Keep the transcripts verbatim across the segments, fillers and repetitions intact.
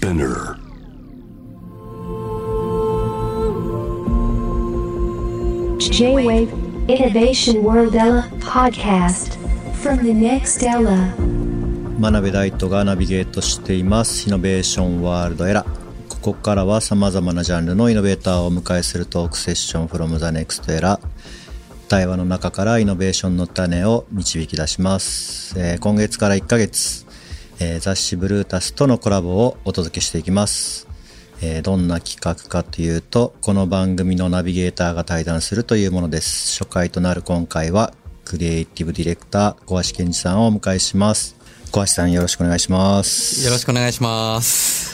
Spinner J-Wave Innovation World Ella Podcast from the next Ella 真鍋大斗がナビゲートしていますイノベーションワールドエラ。ここからはさまざまなジャンルのイノベーターをお迎えするトークセッション from the next Era。対話の中からイノベーションの種を導き出します、えー、今月からいっかげつ、えー、雑誌ブルータスとのコラボをお届けしていきます、えー、どんな企画かというと、この番組のナビゲーターが対談するというものです。初回となる今回はクリエイティブディレクター小橋健二さんをお迎えします。小橋さん、よろしくお願いします。 よろしくお願いします。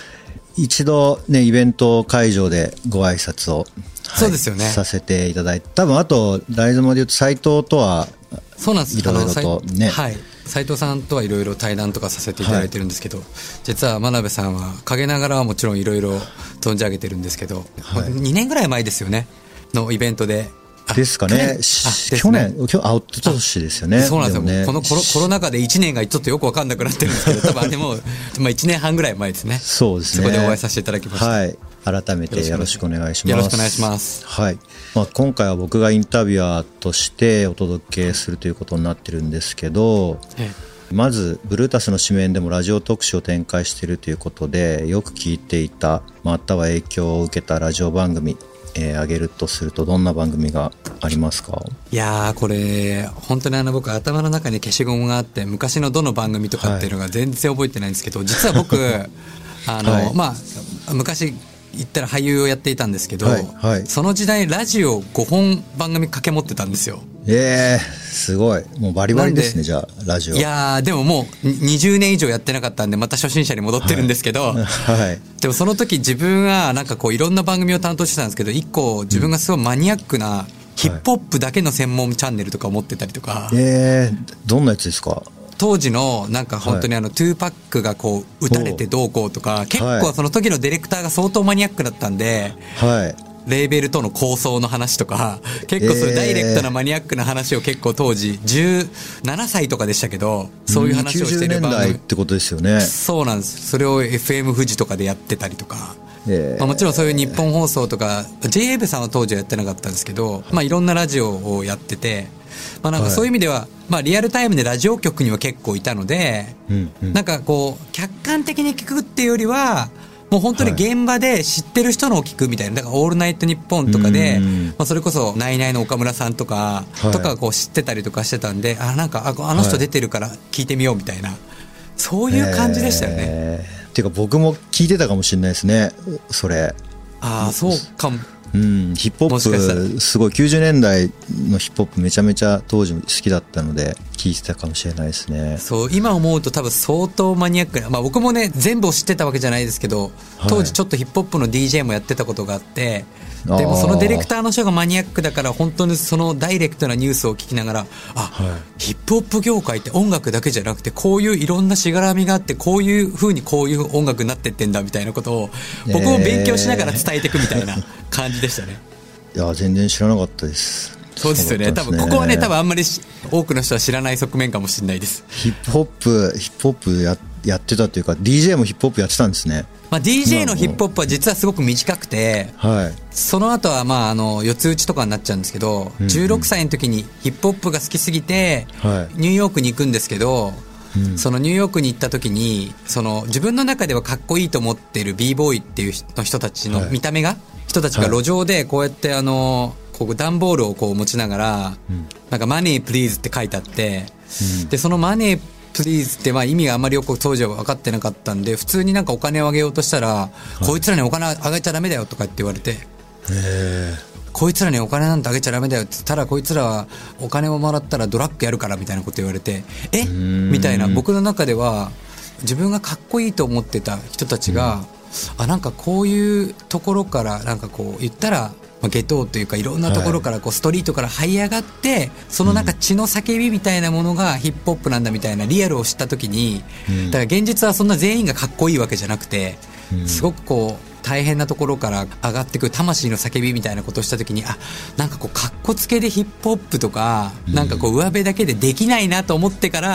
一度ね、イベント会場でご挨拶を、はい、 そうですよね、 させていただいて、多分あとライゾマで言うと斉藤とはそうなんです、 いろいろとね、 はい、斉藤さんとはいろいろ対談とかさせていただいてるんですけど、はい、実は真鍋さんは陰ながらはもちろんいろいろ存じ上げてるんですけど、はい、にねんぐらい前ですよねのイベントでですかね。去年、今日アウト年ですよね。 そうなんですよ。ね、このコロ、コロナ禍でいちねんがちょっとよく分かんなくなってるんですけど、多分あれもまあいちねんはんぐらい前ですね。 そうですね。 そこでお会いさせていただきました。 はい。改めてよろしくお願いします。 よろしくお願いします。 はい。まあ今回は僕がインタビュアーとしてお届けするということになってるんですけど、ええ、まずブルータスの紙面でもラジオ特集を展開しているということで、よく聞いていたまたは影響を受けたラジオ番組、えー、挙げるとするとどんな番組がありますか？ いやー、これ本当にあの僕頭の中に消しゴムがあって、昔のどの番組とかっていうのが全然覚えてないんですけど、はい、実は僕あの、はい、まあ昔言ったら俳優をやっていたんですけど、はいはい、その時代ラジオごほん番組掛け持ってたんですよ。 えー、すごい。もうバリバリですね。じゃあラジオ。 いやー、でももうにじゅうねん以上やってなかったんでまた初心者に戻ってるんですけど、はいはい、でもその時自分はなんかこういろんな番組を担当してたんですけど、一個自分がすごいマニアックなヒップホップだけの専門チャンネルとかを持ってたりとか、 はい、えー、どんなやつですか？ 当時のなんか本当にあのトゥーパックがこう撃たれてどうこうとか、結構その時のディレクターが相当マニアックだったんで、はい、レーベルとの構想の話とか結構そういうダイレクトなマニアックな話を結構当時じゅうななさいとかでしたけど、そういう話をしてる番組、 きゅうじゅうねんだいってことですよね。 そうなんです。それを エフエム 富士とかでやってたりとか、まあ、もちろんそういう日本放送とか ジェイエーブイ さんは当時はやってなかったんですけど、まあ、いろんなラジオをやってて、まあ、なんかそういう意味では、まあ、リアルタイムでラジオ局には結構いたので、なんかこう客観的に聞くっていうよりはもう本当に現場で知ってる人のを聞くみたいな。だからオールナイトニッポンとかで、まあ、それこそナイナイの岡村さんとかとかこう知ってたりとかしてたんで、あ、なんかあの人出てるから聞いてみようみたいな、そういう感じでしたよね。 えー、っていうか僕も聞いてたかもしれないですね、それ。 ああ、そうかも。 うん、ヒップホップすごいきゅうじゅうねんだいのヒップホップめちゃめちゃ当時好きだったので聞いてたかもしれないですね。 そう、今思うと多分相当マニアックな、まあ、僕もね全部を知ってたわけじゃないですけど、当時ちょっとヒップホップの ディージェー もやってたことがあって、はい、でもそのディレクターの人がマニアックだから本当にそのダイレクトなニュースを聞きながら、あ、はい、ヒップホップ業界って音楽だけじゃなくてこういういろんなしがらみがあって、こういう風にこういう音楽になってってんだみたいなことを僕も勉強しながら伝えていくみたいな感じでしたね。 いや全然知らなかったです。 そうですよね。多分ここはね、多分あんまり多くの人は知らない側面かもしれないです。 ヒップホップヒップホップ や, やってたというか ディージェー もヒップホップやってたんですね。 まあ、ディージェー のヒップホップは実はすごく短くて、はい、その後はまああの四つ打ちとかになっちゃうんですけど、うんうん、じゅうろくさいの時にヒップホップが好きすぎて、はい、ニューヨークに行くんですけど、うん、そのニューヨークに行った時にその自分の中ではかっこいいと思ってる b ボーイっていうの人たちの見た目が、はい、人たちが路上でこうやってあのこう段ボールをこう持ちながら、うん、なんかマネープリーズって書いてあって、うん、でそのマネープリーズってまあ意味があまりよく当時は分かってなかったんで、普通になんかお金をあげようとしたら、はい、こいつらにお金あげちゃダメだよとかって言われて、へこいつらにお金なんてあげちゃダメだよって言ったら、こいつらはお金をもらったらドラッグやるからみたいなこと言われて、えみたいな。僕の中では自分がかっこいいと思ってた人たちが、あ、なんかこういうところからなんかこう言ったらゲトというかいろんなところからこうストリートから這い上がって、そのなんか血の叫びみたいなものがヒップホップなんだみたいなリアルを知った時に、だから現実はそんな全員がかっこいいわけじゃなくて、すごくこう大変なところから上がってくる魂の叫びみたいなことをした時に、あ、なんかこうかっこつけでヒップホップとかなんかこう上辺だけでできないなと思ってから、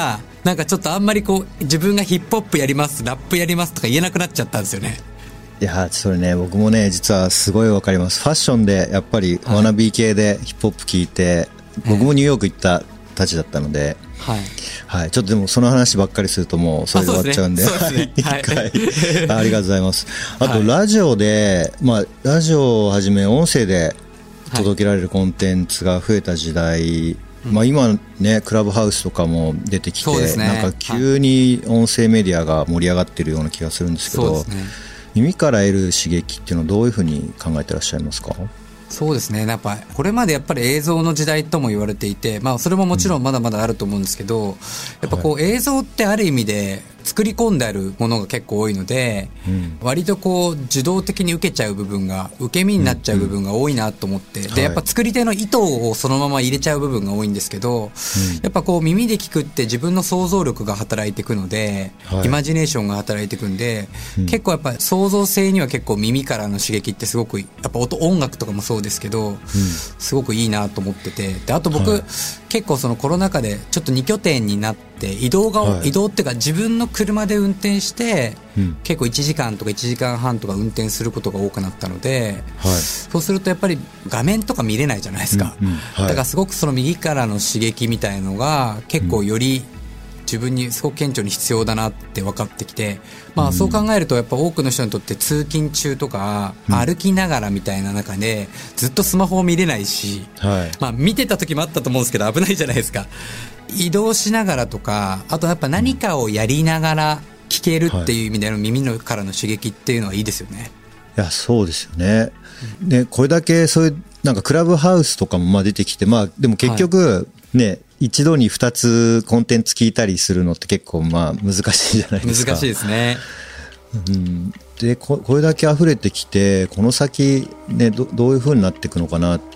なんかちょっとあんまりこう自分がヒップホップやりますラップやりますとか言えなくなっちゃったんですよね。 いやそれね僕もね実はすごいわかります。ファッションでやっぱりワナビー系でヒップホップ聞いて、はい、僕もニューヨーク行ったたちだったので、 はいはい、ちょっとでもその話ばっかりするともうそれで終わっちゃうんで、 そうですね、はい、 ありがとうございます。あとラジオで、まあ、ラジオをはじめ音声で届けられるコンテンツが増えた時代、はいまあ、今ねクラブハウスとかも出てきて、ね、なんか急に音声メディアが盛り上がってるような気がするんですけど、そうですね、耳から得る刺激っていうのはどういうふうに考えてらっしゃいますか？ そうですね、やっぱこれまでやっぱり映像の時代とも言われていて、まあ、それももちろんまだまだあると思うんですけど、うん、やっぱこう映像ってある意味で作り込んであるものが結構多いので、うん、割とこう受動的に受けちゃう部分が受け身になっちゃう部分が多いなと思って、うんうん、でやっぱ作り手の意図をそのまま入れちゃう部分が多いんですけど、うん、やっぱこう耳で聞くって自分の想像力が働いていくので、はい、イマジネーションが働いていくんで、うん、結構やっぱ創造性には結構耳からの刺激ってすごくやっぱ音音楽とかもそうですけど、うん、すごくいいなと思ってて、であと僕、はい、結構そのコロナ禍でちょっとに拠点になって移動が、はい、移動っていうか自分の車で運転して、うん、結構いちじかんとかいちじかんはんとか運転することが多くなったので、はい、そうするとやっぱり画面とか見れないじゃないですか、うんうんはい、だからすごくその右からの刺激みたいのが結構より自分にすごく顕著に必要だなって分かってきて、まあ、そう考えるとやっぱ多くの人にとって通勤中とか歩きながらみたいな中でずっとスマホを見れないし、はいまあ、見てた時もあったと思うんですけど危ないじゃないですか。移動しながらとかあとやっぱ何かをやりながら聞けるっていう意味での耳のからの刺激っていうのはいいですよね。 いやそうですよね、でこれだけそういうなんかクラブハウスとかもまあ出てきて、まあ、でも結局ね、はい、一度にふたつコンテンツ聞いたりするのって結構まあ難しいじゃないですか。 難しいですね、 うん、で こ, これだけ溢れてきてこの先、ね、ど, どういう風になっていくのかなって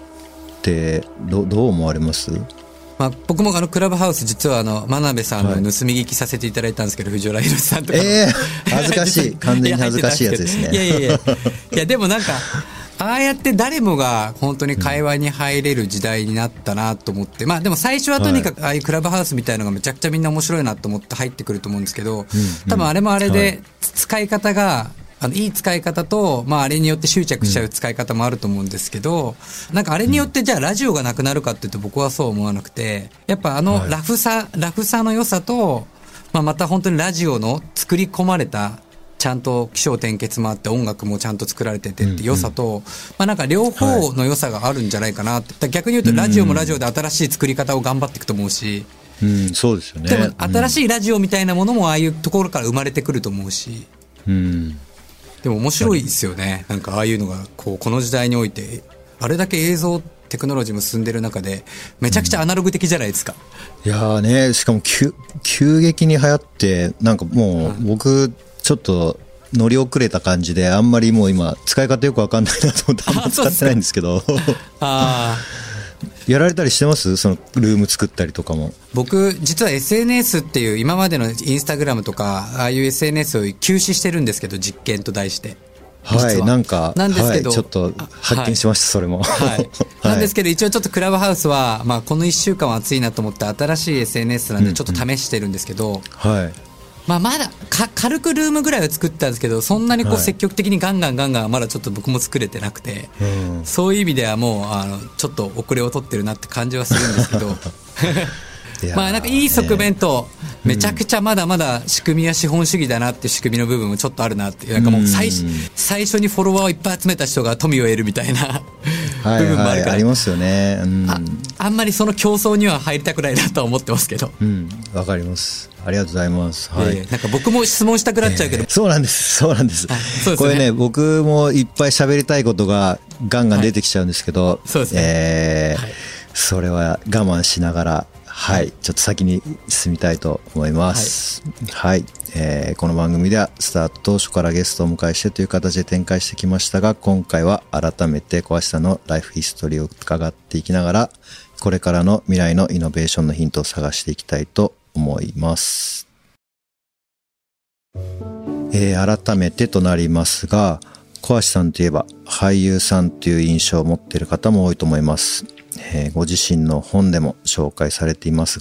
ど, どう思われます？ まあ、僕もあのクラブハウス実はあの真鍋さんの盗み聞きさせていただいたんですけど、はい、藤原宏さんとか、 えー、恥ずかしい完全に恥ずかしいやつですね。 いやいやいやいやでもなんかああやって誰もが本当に会話に入れる時代になったなと思って、まあでも最初はとにかくああいうクラブハウスみたいなのがめちゃくちゃみんな面白いなと思って入ってくると思うんですけど、多分あれもあれで使い方があのいい使い方と、まあ、あれによって執着しちゃう使い方もあると思うんですけど、なんかあれによってじゃあラジオがなくなるかっていうと僕はそう思わなくて、やっぱあのラフさ、ラフさの良さと、まあ、また本当にラジオの作り込まれたちゃんと起承転結もあって音楽もちゃんと作られててって良さと、うんうんまあ、なんか両方の良さがあるんじゃないかなって、逆に言うとラジオもラジオで新しい作り方を頑張っていくと思うし、 うん、そうですよね。 でも新しいラジオみたいなものもああいうところから生まれてくると思うし、うん、でも面白いですよね。なんかああいうのがこうこの時代においてあれだけ映像テクノロジーも進んでる中でめちゃくちゃアナログ的じゃないですか、 うん、いやーね、しかも急、急激に流行ってなんかもう僕ちょっと乗り遅れた感じであんまりもう今使い方よく分かんないなと思ってあんま使ってないんですけどあやられたりしてます？そのルーム作ったりとかも。 僕実は エスエヌエス っていう今までのインスタグラムとかああいう エスエヌエス を休止してるんですけど、実験と題してはい、なんかなんですけど、はい、ちょっと発見しました、はい、それも、はい、 なんですけど一応ちょっとクラブハウスは、まあ、このいっしゅうかんは暑いなと思って新しい エスエヌエス なんでちょっと試してるんですけど、うんうん、はいまあ、まだか軽くルームぐらいは作ったんですけど、そんなにこう積極的にガンガンガンガンまだちょっと僕も作れてなくて、うん、そういう意味ではもうあのちょっと遅れを取ってるなって感じはするんですけどまあなんかいい側面とめちゃくちゃまだまだ仕組みは資本主義だなっていう仕組みの部分もちょっとあるなっていう、なんかもう 最, 最初にフォロワーをいっぱい集めた人が富を得るみたいな部分もあるから、はいはい、ありますよね、うん、 あ, あんまりその競争には入りたくないなとは思ってますけど、 うん、わかります。ありがとうございます、はいえー、なんか僕も質問したくなっちゃうけど、えー、 そうなんですそうなんです、はい、そうですね、これね僕もいっぱい喋りたいことがガンガン出てきちゃうんですけど、はい、そうですね、えーはい、それは我慢しながらはい、ちょっと先に進みたいと思います。はい、はいえー、この番組ではスタート当初からゲストをお迎えしてという形で展開してきましたが、今回は改めて小橋さんのライフヒストリーを伺っていきながら、これからの未来のイノベーションのヒントを探していきたいと思います。えー、改めてとなりますが、小橋さんといえば俳優さんという印象を持っている方も多いと思います。えー、ご自身の本でも紹介されていますが、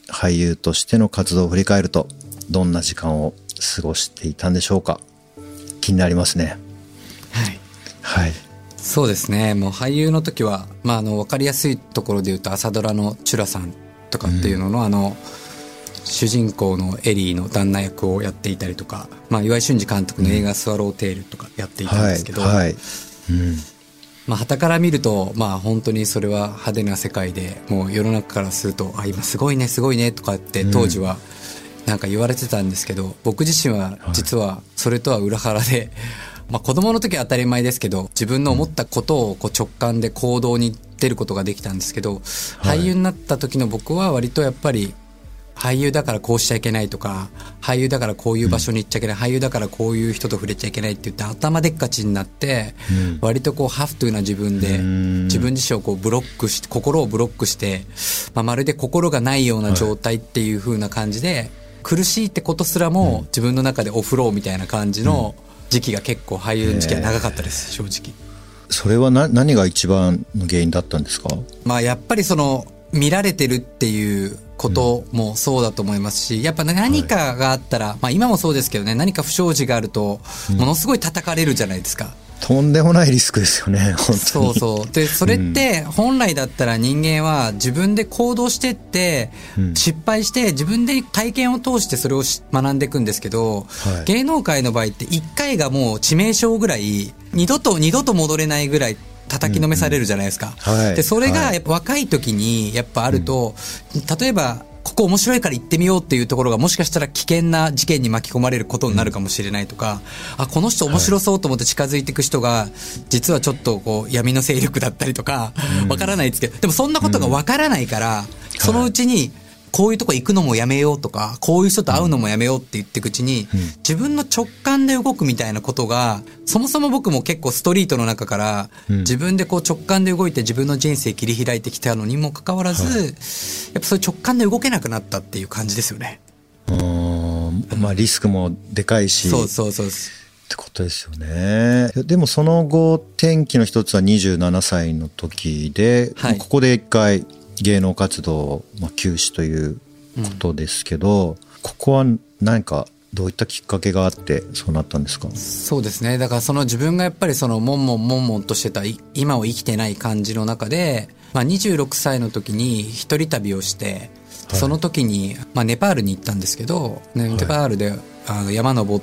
俳優としての活動を振り返るとどんな時間を過ごしていたんでしょうか。気になりますね。 はいはい。 そうですね。もう俳優の時は、まあ、あの分かりやすいところで言うと朝ドラのチュラさんとかっていうのの、うん、あの主人公のエリーの旦那役をやっていたりとか、まあ、岩井俊二監督の映画スワローテールとかやっていたんですけど、 はいはい、うん、 まあ、傍から見ると、まあ、本当にそれは派手な世界で、もう世の中からすると、あ、今すごいねすごいねとかって当時はなんか言われてたんですけど、うん、僕自身は実はそれとは裏腹で、まあ、子供の時は当たり前ですけど、自分の思ったことをこう直感で行動に出ることができたんですけど、はい、俳優になった時の僕は割とやっぱり俳優だからこうしちゃいけないとか、俳優だからこういう場所に行っちゃいけない、うん、俳優だからこういう人と触れちゃいけないって言って頭でっかちになって、うん、割とこうハフトゥーな自分で自分自身をこうブロックして心をブロックして、まあ、まるで心がないような状態っていう風な感じで、はい、苦しいってことすらも自分の中でオフローみたいな感じの時期が結構俳優の時期は長かったです、正直。 それはな何が一番の原因だったんですか？ まあやっぱりその見られてるっていうこともそうだと思いますし、やっぱ何かがあったら、はい、まあ今もそうですけどね、何か不祥事があるとものすごい叩かれるじゃないですか、うん、 とんでもないリスクですよね、本当に。 そうそう。でそれって本来だったら人間は自分で行動してって、うん、失敗して自分で体験を通してそれを学んでいくんですけど、はい、芸能界の場合っていっかいがもう致命傷ぐらい、二度と二度と戻れないぐらい叩きのめされるじゃないですか、うんうん、はい、でそれがやっぱ若い時にやっぱあると、うん、例えばここ面白いから行ってみようっていうところがもしかしたら危険な事件に巻き込まれることになるかもしれないとか、うん、あこの人面白そうと思って近づいていく人が実はちょっとこう闇の勢力だったりとかわからないですけど、でもそんなことがわからないから、うん、そのうちにこういうとこ行くのもやめようとか、こういう人と会うのもやめようって言っていくうちに、うん、自分の直感で動くみたいなことが、そもそも僕も結構ストリートの中から、うん、自分でこう直感で動いて自分の人生切り開いてきたのにもかかわらず、はい、やっぱそういう直感で動けなくなったっていう感じですよね。 うーん、まあリスクもでかいし。 そうそうそう。 ってことですよね。でもその後転機の一つはにじゅうななさいの時で、はい、ここで一回芸能活動を休止ということですけど、うん、ここは何かどういったきっかけがあってそうなったんですか？ そうですね。だからその自分がやっぱりそのもんもんもんもんとしてた今を生きてない感じの中で、まあ、にじゅうろくさいの時に一人旅をして、はい、その時に、まあ、ネパールに行ったんですけど、ね、ネパールであの山登って、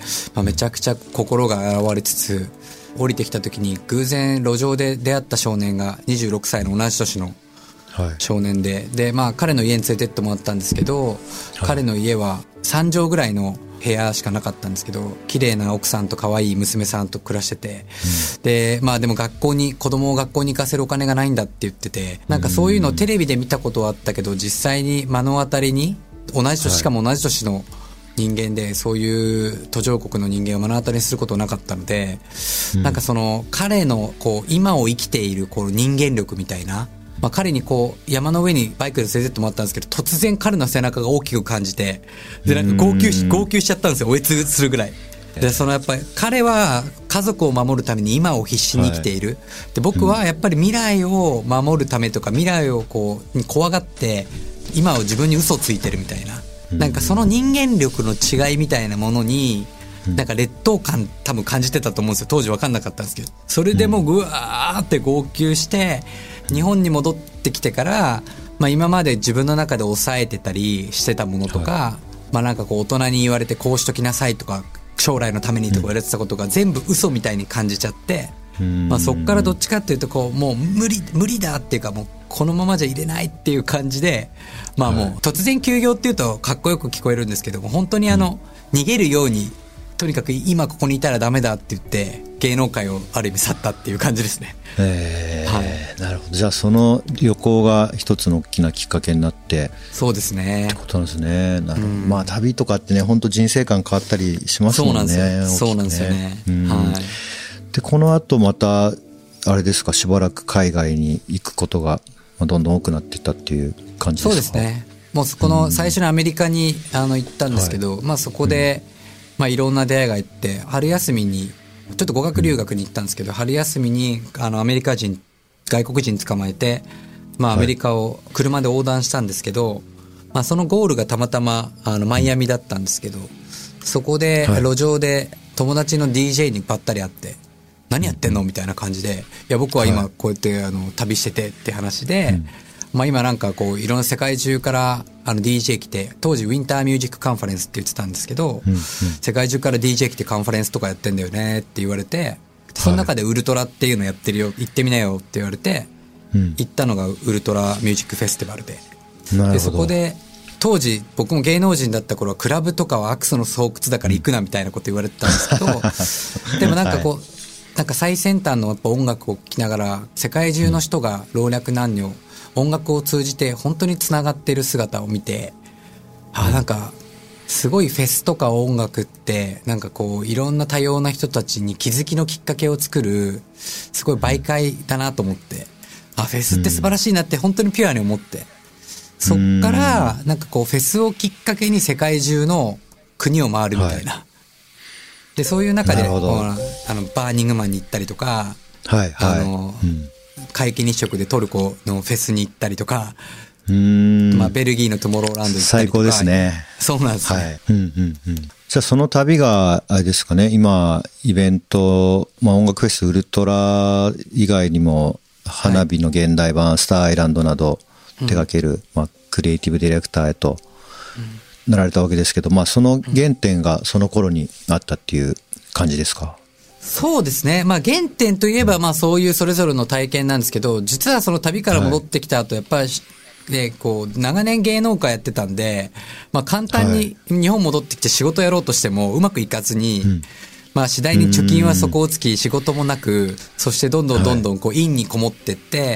まあ、めちゃくちゃ心が洗われつつ降りてきた時に偶然路上で出会った少年がにじゅうろくさいの同じ年の少年で、はい、でまあ彼の家に連れてってもらったんですけど、はい、彼の家はさん畳ぐらいの部屋しかなかったんですけど、綺麗な奥さんと可愛い娘さんと暮らしてて、うん、でまあでも学校に子供を学校に行かせるお金がないんだって言ってて、なんかそういうのをテレビで見たことはあったけど、実際に目の当たりに同じ年、しかも同じ年の人間でそういう途上国の人間を目の当たりにすることなかったので、うん、なんかその彼のこう今を生きているこう人間力みたいな、まあ、彼にこう山の上にバイクで連れてってもらったんですけど、突然彼の背中が大きく感じて、でなんか号泣し号泣しちゃったんですよ、おえつするぐらいで、そのやっぱり彼は家族を守るために今を必死に生きている、はい、で僕はやっぱり未来を守るためとか未来をこう怖がって今を自分に嘘ついてるみたいな、なんかその人間力の違いみたいなものになんか劣等感多分感じてたと思うんですよ。当時分かんなかったんですけど、それでもうぐわーって号泣して日本に戻ってきてから、まあ、今まで自分の中で抑えてたりしてたものとか、はい、まあなんかこう大人に言われてこうしときなさいとか将来のためにとか言われてたことが全部嘘みたいに感じちゃって、まあ、そこからどっちかっていうとこうもう無理無理だっていうか、もうこのままじゃ入れないっていう感じで、まあもう突然休業っていうとかっこよく聞こえるんですけども、本当にあの逃げるようにとにかく今ここにいたらダメだって言って芸能界をある意味去ったっていう感じですね。 えーはい、なるほど。じゃあその旅行が一つの大きなきっかけになって。 そうですねってことなんですね。なるほど、うん、まあ旅とかってね本当人生観変わったりしますもんね。 そうなんですよね。そうなんですよね、うん、はい。 でこの後またあれですか、しばらく海外に行くことがどんどん多くなっていったっていう感じですか？そうですね。もうそこの最初にアメリカにあの行ったんですけど、はい、まあそこで、うんまあ、いろんな出会いがあって、春休みにちょっと語学留学に行ったんですけど、春休みにあのアメリカ人外国人捕まえて、まあ、アメリカを車で横断したんですけど、 まあ、そのゴールがたまたまあのマイアミだったんですけど、そこで路上で友達の ディージェー にばったり会って、何やってんのみたいな感じで、いや僕は今こうやってあの旅しててって話で、まあ今なんかこういろんな世界中からあの ディージェー 来て、当時ウィンターミュージックカンファレンスって言ってたんですけど、世界中から ディージェー 来てカンファレンスとかやってんだよねって言われて、その中でウルトラっていうのやってるよ、行ってみなよって言われて、行ったのがウルトラミュージックフェスティバルで、でそこで当時僕も芸能人だった頃はクラブとかはアクセの巣窟だから行くなみたいなこと言われてたんですけどでもなんかこう、はい、なんか最先端のやっぱ音楽を聴きながら世界中の人が老若男女音楽を通じて本当につながっている姿を見て、あ、なんかすごいフェスとか音楽ってなんかこういろんな多様な人たちに気づきのきっかけを作るすごい媒介だなと思って、あ、フェスって素晴らしいなって本当にピュアに思って、そっからなんかこうフェスをきっかけに世界中の国を回るみたいな、はい、でそういう中であのバーニングマンに行ったりとか、はいはい、あの、うん、皆既日食でトルコのフェスに行ったりとか、うーん、まあ、ベルギーのトゥモローランド行ったりとか。最高ですね。そうなんですね、はい、うんうんうん、 じゃあその旅があれですかね、今イベント、まあ、音楽フェスウルトラ以外にも花火の現代版、はい、スターアイランドなど手掛ける、うん、まあ、クリエイティブディレクターへとなられたわけですけど、まあ、その原点がその頃にあったっていう感じですか？ そうですね。まあ原点といえばまあそういうそれぞれの体験なんですけど、実はその旅から戻ってきた後、やっぱりでこう長年芸能界やってたんで、まあ簡単に日本戻ってきて仕事やろうとしてもうまくいかずに、まあ次第に貯金は底をつき仕事もなく、そしてどんどんどんどんこう陰にこもってって、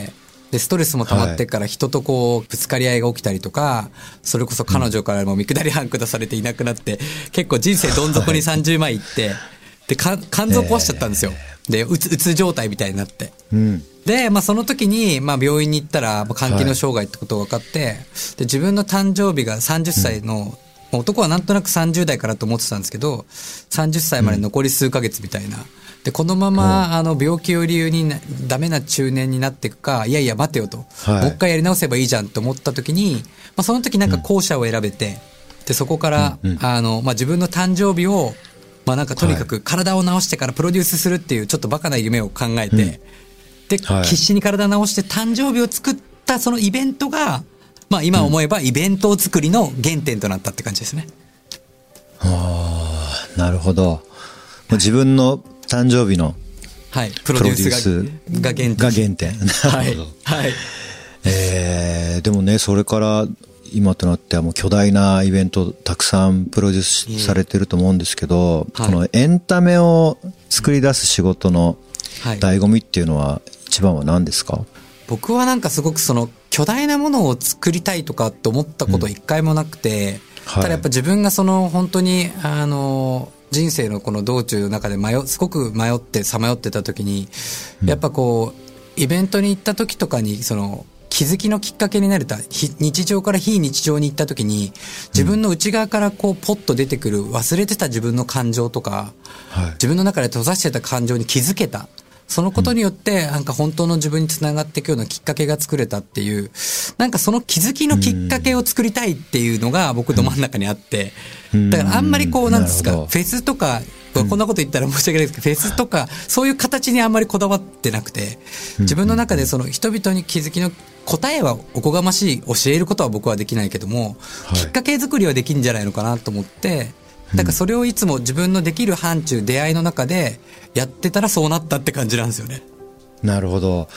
でストレスも溜まってから人とこうぶつかり合いが起きたりとか、それこそ彼女からも見下り半下されていなくなって、結構人生どん底にさんじゅうまいいって、で肝臓壊しちゃったんですよ。でうつうつ状態みたいになって、うん、でまあその時にまあ病院に行ったら肝機能障害ってことが分かって、はい、で自分の誕生日がさんじゅっさいの、うん、男はなんとなくさんじゅう代からと思ってたんですけど、さんじゅっさいまで残り数ヶ月みたいな。でこのままあの病気を理由にダメな中年になっていくか、いやいや待てよと、はい、もう一回やり直せばいいじゃんと思った時に、まあ、その時なんか後者を選べて、でそこから、うんうん、あのまあ、自分の誕生日をまあなんかとにかく体を治してからプロデュースするっていうちょっとバカな夢を考えて、うん、で、はい、必死に体を治して誕生日を作ったそのイベントが、まあ今思えばイベント作りの原点となったって感じですね。 うん、ああ、なるほど。もう自分の誕生日のはい、プロデュースが、が原点。 が原点。なるほど。はい。はい、えー、でもね、それから今となってはもう巨大なイベントたくさんプロデュースされてると思うんですけど、はい、このエンタメを作り出す仕事の醍醐味っていうのは一番は何ですか？ 僕はなんかすごくその巨大なものを作りたいとかって思ったこと一回もなくて、うん、ただやっぱ自分がその本当にあの人生のこの道中の中で迷すごく迷ってさまよってた時に、やっぱこうイベントに行った時とかにその気づきのきっかけになれた、日常から非日常に行った時に自分の内側からこうポッと出てくる忘れてた自分の感情とか、はい、自分の中で閉ざしてた感情に気づけた、そのことによってなんか本当の自分につながっていくようなきっかけが作れたっていう、なんかその気づきのきっかけを作りたいっていうのが僕ど真ん中にあって、だからあんまりこうなんですか、フェスとかこんなこと言ったら申し訳ないですけど、フェスとかそういう形にあんまりこだわってなくて、自分の中でその人々に気づきの答えはおこがましい、教えることは僕はできないけども、はい、きっかけ作りはできるんじゃないのかなと思って、だからそれをいつも自分のできる範疇、出会いの中でやってたらそうなったって感じなんですよね。 なるほど、はい、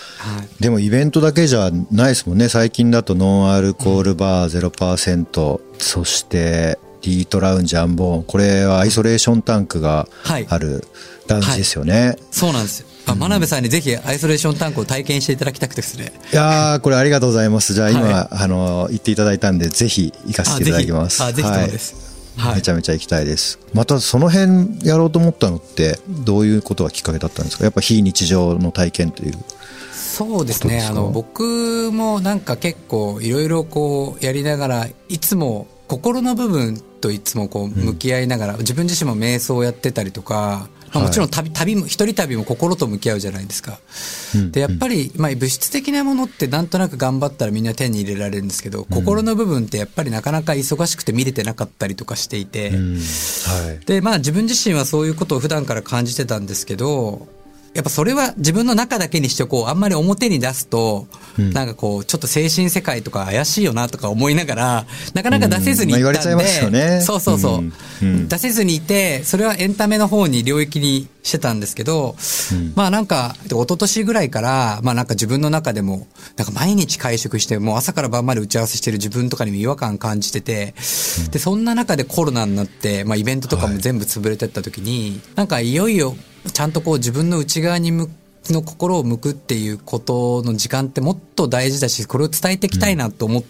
でもイベントだけじゃないですもんね。最近だとノンアルコールバー ゼロパーセント、うん、そしてリートラウンジアンボーン、これはアイソレーションタンクがあるラウンジですよね。はいはい、そうなんですよ。 あ、真鍋さんにぜひアイソレーションタンクを体験していただきたくてですね。 いやー、これありがとうございます。じゃあ今、はい、あの言っていただいたんでぜひ行かせていただきます。 あ、ぜひ、あ、ぜひともです。はい、 めちゃめちゃ行きたいです。またその辺やろうと思ったのってどういうことがきっかけだったんですか？やっぱ非日常の体験という。 そうですね。あの僕もなんか結構いろいろこうやりながら、いつも心の部分といつもこう向き合いながら、うん、自分自身も瞑想をやってたりとか、まあ、もちろん旅、旅も、一人旅も心と向き合うじゃないですか。うん、で、やっぱり、まあ、物質的なものってなんとなく頑張ったらみんな手に入れられるんですけど、うん、心の部分ってやっぱりなかなか忙しくて見れてなかったりとかしていて、うんはい、で、まあ自分自身はそういうことを普段から感じてたんですけど、やっぱそれは自分の中だけにしておこう。あんまり表に出すと、うん、なんかこう、ちょっと精神世界とか怪しいよなとか思いながら、なかなか出せずにいったんで、うんまあ、言われちゃいますよね。そうそうそう、うんうん。出せずにいて、それはエンタメの方に領域にしてたんですけど、うん、まあなんか、一昨年ぐらいから、まあなんか自分の中でも、なんか毎日会食して、もう朝から晩まで打ち合わせしてる自分とかにも違和感感じてて、うん、で、そんな中でコロナになって、まあイベントとかも全部潰れてった時に、はい、なんかいよいよ、ちゃんとこう自分の内側に向の心を向くっていうことの時間ってもっと大事だし、これを伝えていきたいなと思って、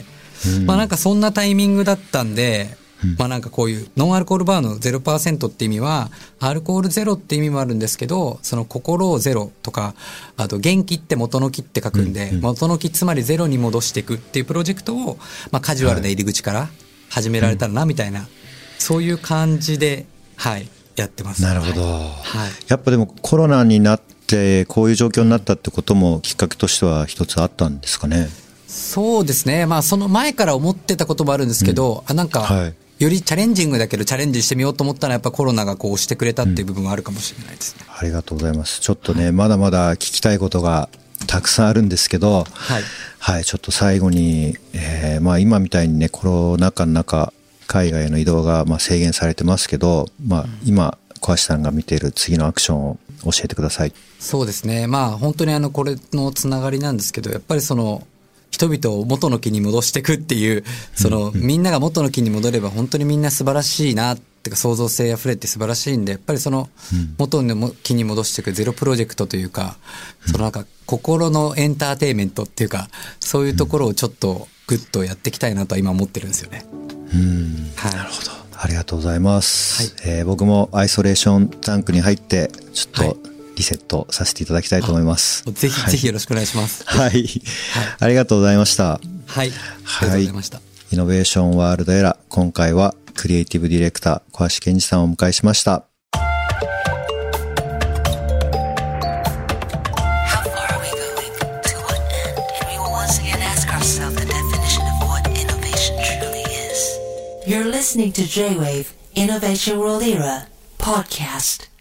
うん、まあなんかそんなタイミングだったんで、うん、まあなんかこういうノンアルコールバーの ゼロパーセント って意味は、アルコールゼロって意味もあるんですけど、その心をゼロとか、あと元気って元の気って書くんで、うんうん、元の気つまりゼロに戻していくっていうプロジェクトを、まあカジュアルな入り口から始められたらなみたいな、はい、そういう感じで、はい、やってます。 なるほど。はい。やっぱでもコロナになってこういう状況になったってこともきっかけとしては一つあったんですかね。 そうですね。まあその前から思ってたこともあるんですけど、うん、あなんか、はい、よりチャレンジングだけどチャレンジしてみようと思ったのはやっぱコロナがこう押してくれたっていう部分はあるかもしれないですね。 うん、ありがとうございます。ちょっとね、はい、まだまだ聞きたいことがたくさんあるんですけど、はい、はい、ちょっと最後に、えー、まあ今みたいにねコロナ禍の中海外への移動がまあ制限されてますけど、まあ今小橋さんが見ている次のアクションを教えてください。 そうですね。まあ本当にあのこれのつながりなんですけど、やっぱりその人々を元の気に戻していくっていう、そのみんなが元の気に戻れば本当にみんな素晴らしいなってか創造性あふれて素晴らしいんで、やっぱりその元の気に戻していくゼロプロジェクトというか、そのなんか心のエンターテインメントっていうか、そういうところをちょっとグッとやっていきたいなとは今思ってるんですよね。 うん、はい、なるほど。ありがとうございます、はいえー、僕もアイソレーションタンクに入ってちょっとリセットさせていただきたいと思います、 はい、ぜひ、はい、ぜひよろしくお願いします。 はい、はい、ありがとうございました。はい、 ありがとうございました、はい、 イノベーションワールドエラー、今回はクリエイティブディレクター小橋健二さんをお迎えしました。 You're listening to J-Wave Innovation World Era podcast.